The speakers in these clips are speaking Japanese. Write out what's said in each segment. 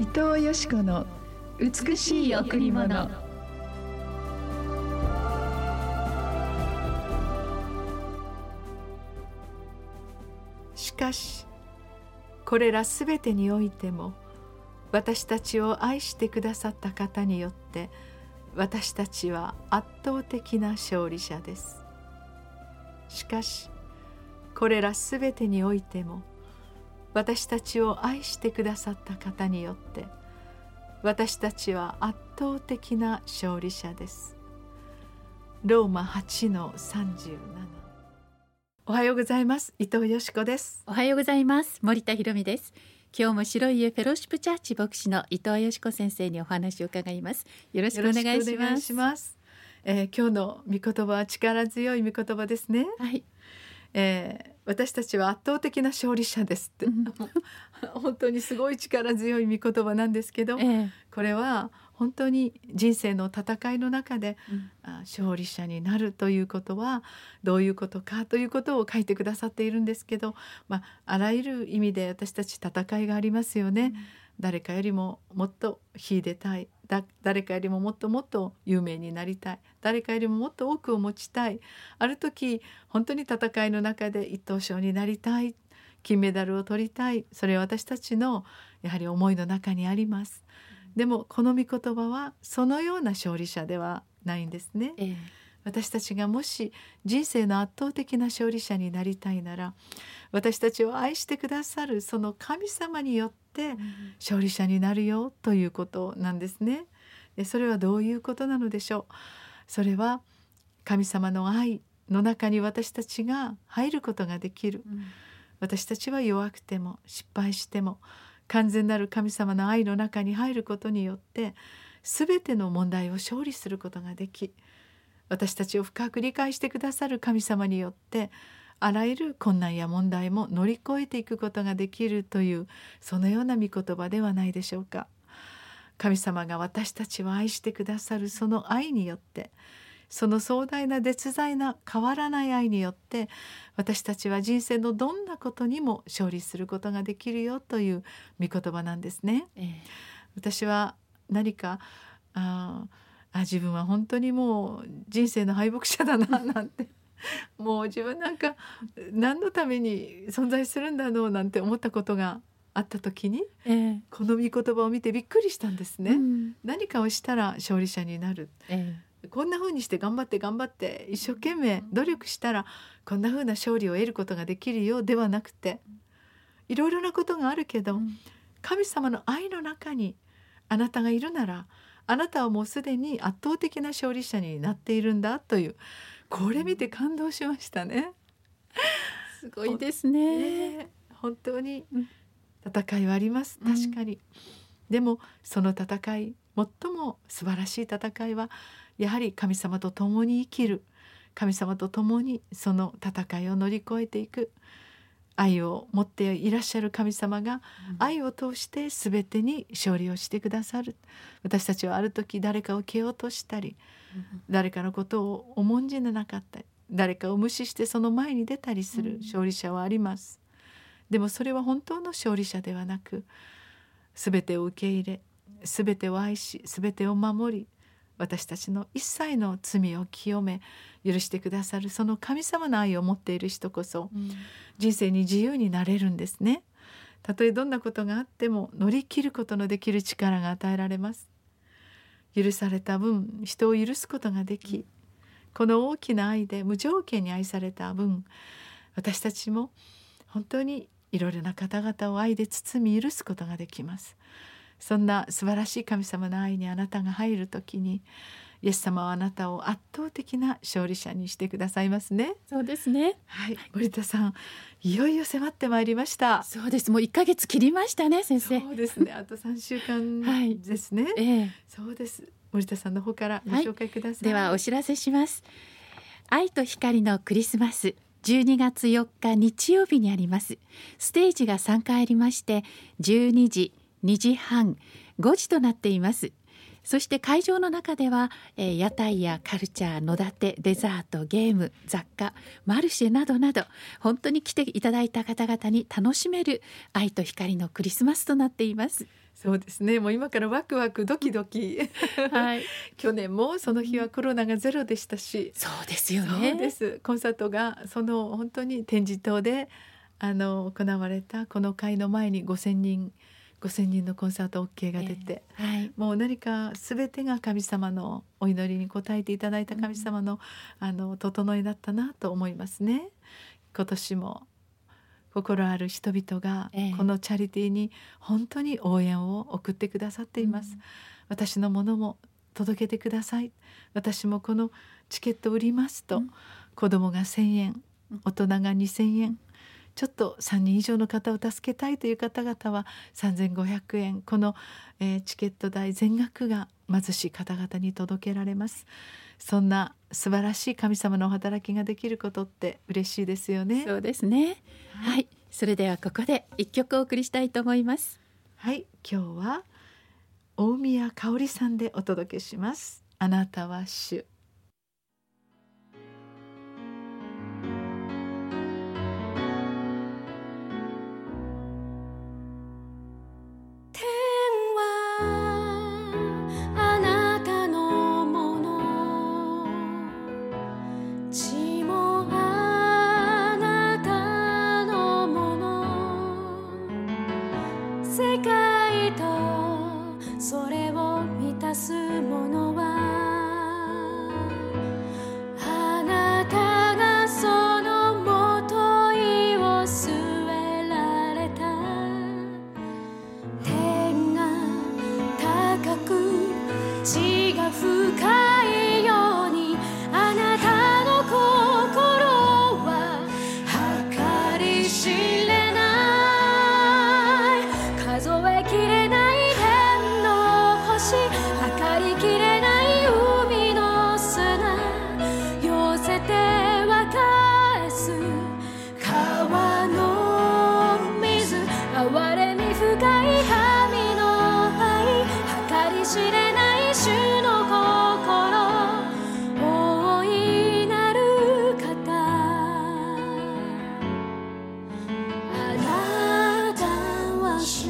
伊藤よし子の美しい贈り物。 しかしこれらすべてにおいても私たちを愛してくださった方によって私たちは圧倒的な勝利者です。しかしこれらすべてにおいても私たちを愛してくださった方によって私たちは圧倒的な勝利者です。ローマ 8-37。 おはようございます。伊藤よし子です。 おはようございます。森田博美です。今日も白い家フェローシップチャーチ牧師の伊藤よし子先生にお話を伺います。よろしくお願いします。 今日の御言葉は力強い御言葉ですね。 はい。 私たちは圧倒的な勝利者ですって、本当にすごい力強い御言葉なんですけど、これは本当に人生の戦いの中で、勝利者になるということはどういうことかということを書いてくださっているんですけど、あらゆる意味で私たち戦いがありますよね。誰かよりももっと秀でたい、誰かよりももっともっと有名になりたい、誰かよりももっと多くを持ちたい、ある時本当に戦いの中で一等賞になりたい、金メダルを取りたい、それは私たちのやはり思いの中にあります。でもこの御言葉はそのような勝利者ではないんですね。私たちがもし人生の圧倒的な勝利者になりたいなら、私たちを愛してくださるその神様によって勝利者になるよということなんですね。でそれはどういうことなのでしょう。それは神様の愛の中に私たちが入ることができる。私たちは弱くても失敗しても完全なる神様の愛の中に入ることによって全ての問題を勝利することができ、私たちを深く理解してくださる神様によってあらゆる困難や問題も乗り越えていくことができるという、そのような御言葉ではないでしょうか。神様が私たちを愛してくださるその愛によって、その壮大な絶大な変わらない愛によって私たちは人生のどんなことにも勝利することができるよという御言葉なんですね。私は何か自分は本当にもう人生の敗北者だななんてもう自分なんか何のために存在するんだろうなんて思ったことがあった時に、この御言葉を見てびっくりしたんですね。何かをしたら勝利者になる、こんな風にして頑張って一生懸命努力したらこんな風な勝利を得ることができるようではなくて、いろいろなことがあるけど、神様の愛の中にあなたがいるならあなたはもうすでに圧倒的な勝利者になっているんだという、これ見て感動しましたね。 すごいですね。 本当に戦いはあります。確かに、でもその戦い、最も素晴らしい戦いはやはり神様と共に生きる、神様と共にその戦いを乗り越えていく、愛を持っていらっしゃる神様が愛を通して全てに勝利をしてくださる。私たちはある時誰かを蹴落としたり、誰かのことを重んじなかったり、誰かを無視してその前に出たりする勝利者はあります。でもそれは本当の勝利者ではなく、全てを受け入れ、全てを愛し、全てを守り、私たちの一切の罪を清め許してくださるその神様の愛を持っている人こそ、人生に自由になれるんですね。たとえどんなことがあっても乗り切ることのできる力が与えられます。許された分人を許すことができ、この大きな愛で無条件に愛された分、私たちも本当にいろいろな方々を愛で包み許すことができます。そんな素晴らしい神様の愛にあなたが入るときに、イエス様はあなたを圧倒的な勝利者にしてくださいますね。 そうですね。 森田さん、いよいよ迫ってまいりました。 そうです。もう1ヶ月切りましたね、先生。 そうですね。あと3週間ですね。そうです。森田さんの方からご紹介ください。 ではお知らせします。愛と光のクリスマス、12月4日日曜日にあります。ステージが3回ありまして、12時、2時半、5時となっています。 そして会場の中では、屋台やカルチャー、野立て、デザート、ゲーム、雑貨、マルシェなどなど、本当に来ていただいた方々に楽しめる愛と光のクリスマスとなっています。 そうですね、もう今からワクワクドキドキ、はい、去年もその日はコロナがゼロでしたし、 そうですよね。 そうです。コンサートがその本当に展示棟で行われたこの会の前に5000人のコンサート OK が出て、はい、もう何か全てが神様のお祈りに応えていただいた神様の、整いだったなと思いますね。今年も心ある人々がこのチャリティーに本当に応援を送ってくださっています。私のものも届けてください、私もこのチケット売りますと、子供が1000円、大人が2000円、ちょっと3人以上の方を助けたいという方々は3500円、この、チケット代全額が貧しい方々に届けられます。そんな素晴らしい神様のお働きができることって嬉しいですよね。 そうですね、はい、それではここで一曲お送りしたいと思います。 はい、今日は大宮かおりさんでお届けします。あなたは主。 世界とそれを満たすものはあなたがそのもといを据えられた。天が高く地が深いようにあなたの心は計り知れない数えきれない天の星測りきれない海の砂寄せては返す川の水哀れみ深い神の愛計り知れない主の心大いなる方あなたは主。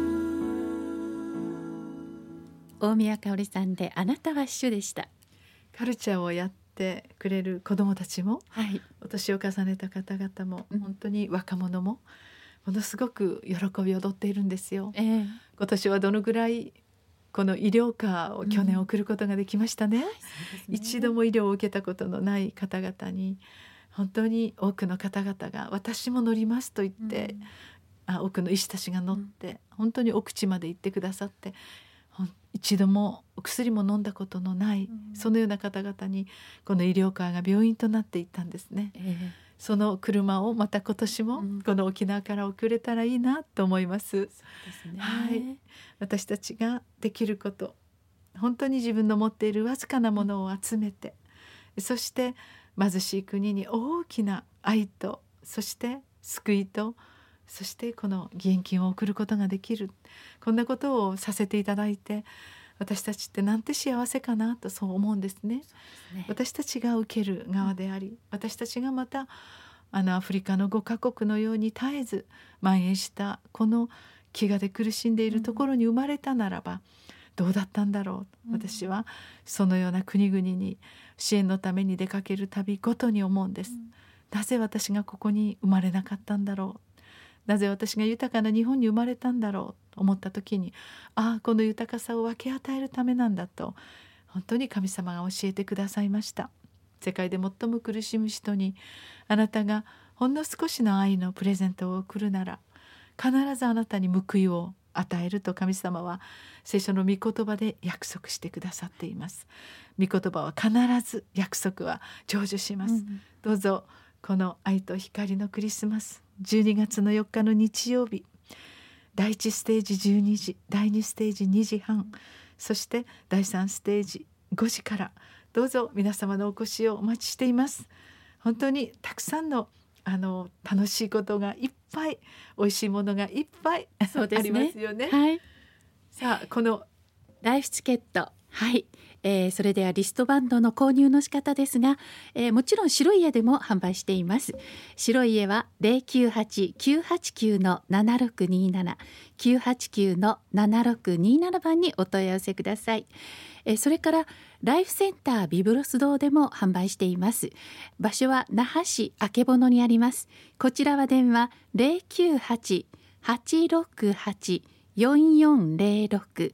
大宮かおりさんであなたは主でした。 カルチャーをやってくれる子どもたちも、 はい、 お年を重ねた方々も、本当に若者もものすごく喜び踊っているんですよ。今年はどのぐらいこの医療カーを去年送ることができましたね。一度も医療を受けたことのない方々に本当に多くの方々が私も乗りますと言って、多くの医師たちが乗って、本当に奥地まで行ってくださって、一度もお薬も飲んだことのない、そのような方々にこの医療カーが病院となっていったんですね。その車をまた今年もこの沖縄から送れたらいいなと思います。そうですね。はい、私たちができること、本当に自分の持っているわずかなものを集めて、そして貧しい国に大きな愛と、そして救いと、そしてこの義援金を送ることができる、こんなことをさせていただいて、私たちってなんて幸せかなとそう思うんですね。私たちが受ける側であり、私たちがまたアフリカの5カ国のように絶えず蔓延したこの飢餓で苦しんでいるところに生まれたならばどうだったんだろう。私はそのような国々に支援のために出かけるたびごとに思うんです。なぜ私がここに生まれなかったんだろう、なぜ私が豊かな日本に生まれたんだろうと思った時に、この豊かさを分け与えるためなんだと本当に神様が教えてくださいました。世界で最も苦しむ人にあなたがほんの少しの愛のプレゼントを贈るなら必ずあなたに報いを与えると神様は聖書の御言葉で約束してくださっています。御言葉は必ず約束は成就します。どうぞこの愛と光のクリスマス12月の4日の日曜日、第1ステージ12時、第2ステージ2時半、そして第3ステージ5時からどうぞ皆様のお越しをお待ちしています。本当にたくさんの楽しいことがいっぱい、美味しいものがいっぱい、ありますよね。 はい、 さあこのライフチケットはい、それではリストバンドの購入の仕方ですが、もちろん白い家でも販売しています。白い家は 098-989-7627 989-7627 番にお問い合わせください。それからライフセンタービブロス堂でも販売しています。場所は那覇市曙にあります。こちらは電話 098-868-4406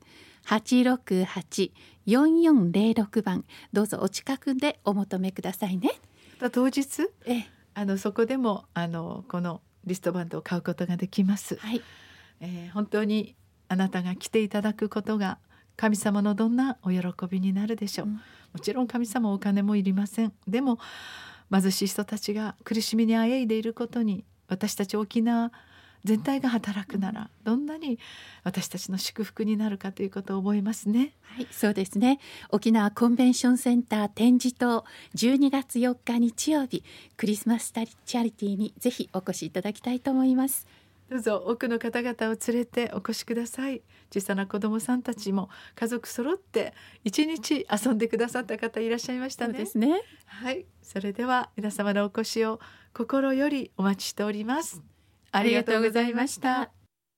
868-4406 番、どうぞお近くでお求めくださいね。 当日そこでもこのリストバンドを買うことができます、はい。本当にあなたが来ていただくことが神様のどんなお喜びになるでしょう、もちろん神様お金もいりません。でも貧しい人たちが苦しみにあえいでいることに私たち沖縄全体が働くならどんなに私たちの祝福になるかということを覚えますね。 はい、そうですね。沖縄コンベンションセンター展示棟12月4日日曜日クリスマスチャリティーにぜひお越しいただきたいと思います。 どうぞ多くの方々を連れてお越しください。小さな子どもさんたちも家族揃って一日遊んでくださった方いらっしゃいましたね。 そうですね。 はい、それでは皆様のお越しを心よりお待ちしております。ありがとうございました。